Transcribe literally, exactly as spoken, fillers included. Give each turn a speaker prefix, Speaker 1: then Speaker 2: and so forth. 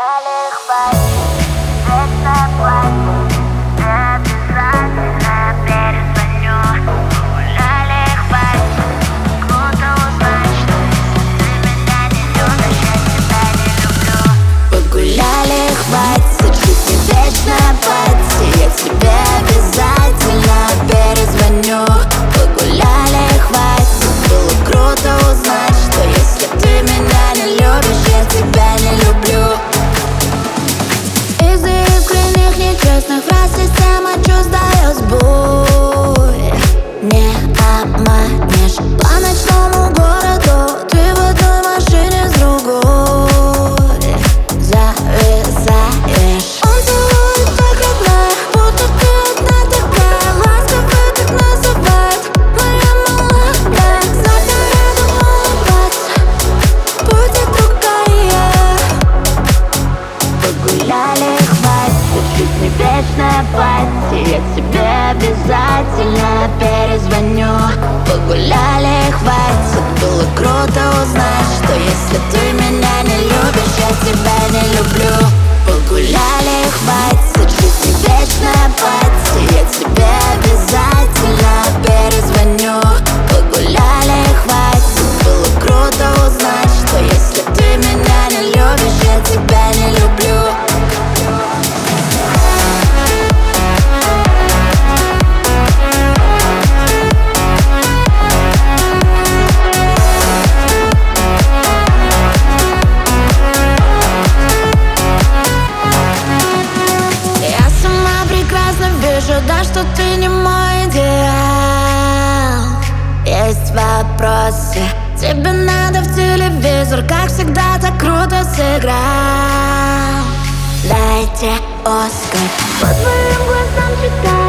Speaker 1: Погуляли, хватит, вечно хватит, обязательно перезвоню. Погуляли, хватит, круто узнать, что если ты меня не любишь, я тебя не люблю.
Speaker 2: Погуляли, хватит, жить не вечно пати, я тебе обязательно перезвоню. Погуляли, хватит, было круто узнать, что если ты меня не любишь, я тебя не люблю. Из-за искренних нечестных фраз система чувств дает сбой. Не обманешь по ночному городу, ты в одной машине с другой зависаешь. Он целует так родная, будто ты одна такая, ласково так называет. Моя молодая, завтра рядом улыбаться будет другая. Погуляли, хватит, жить не вечная пати, я тебе обязательно перезвоню. Погуляли, хватит, было круто узнать, что если ты меня не любишь, я тебя не люблю. Погуляли, хватит, жить не вечная пати, я тебе обязательно перезвоню. Погуляли, хватит, было круто узнать, что если ты меня не любишь, я тебя не люблю. Я сама прекрасно вижу, да, что ты не мой идеал. Есть вопросы, тебе надо в телевизор, как всегда так круто сыграл. Дайте Оскар, по твоим глазам читаю.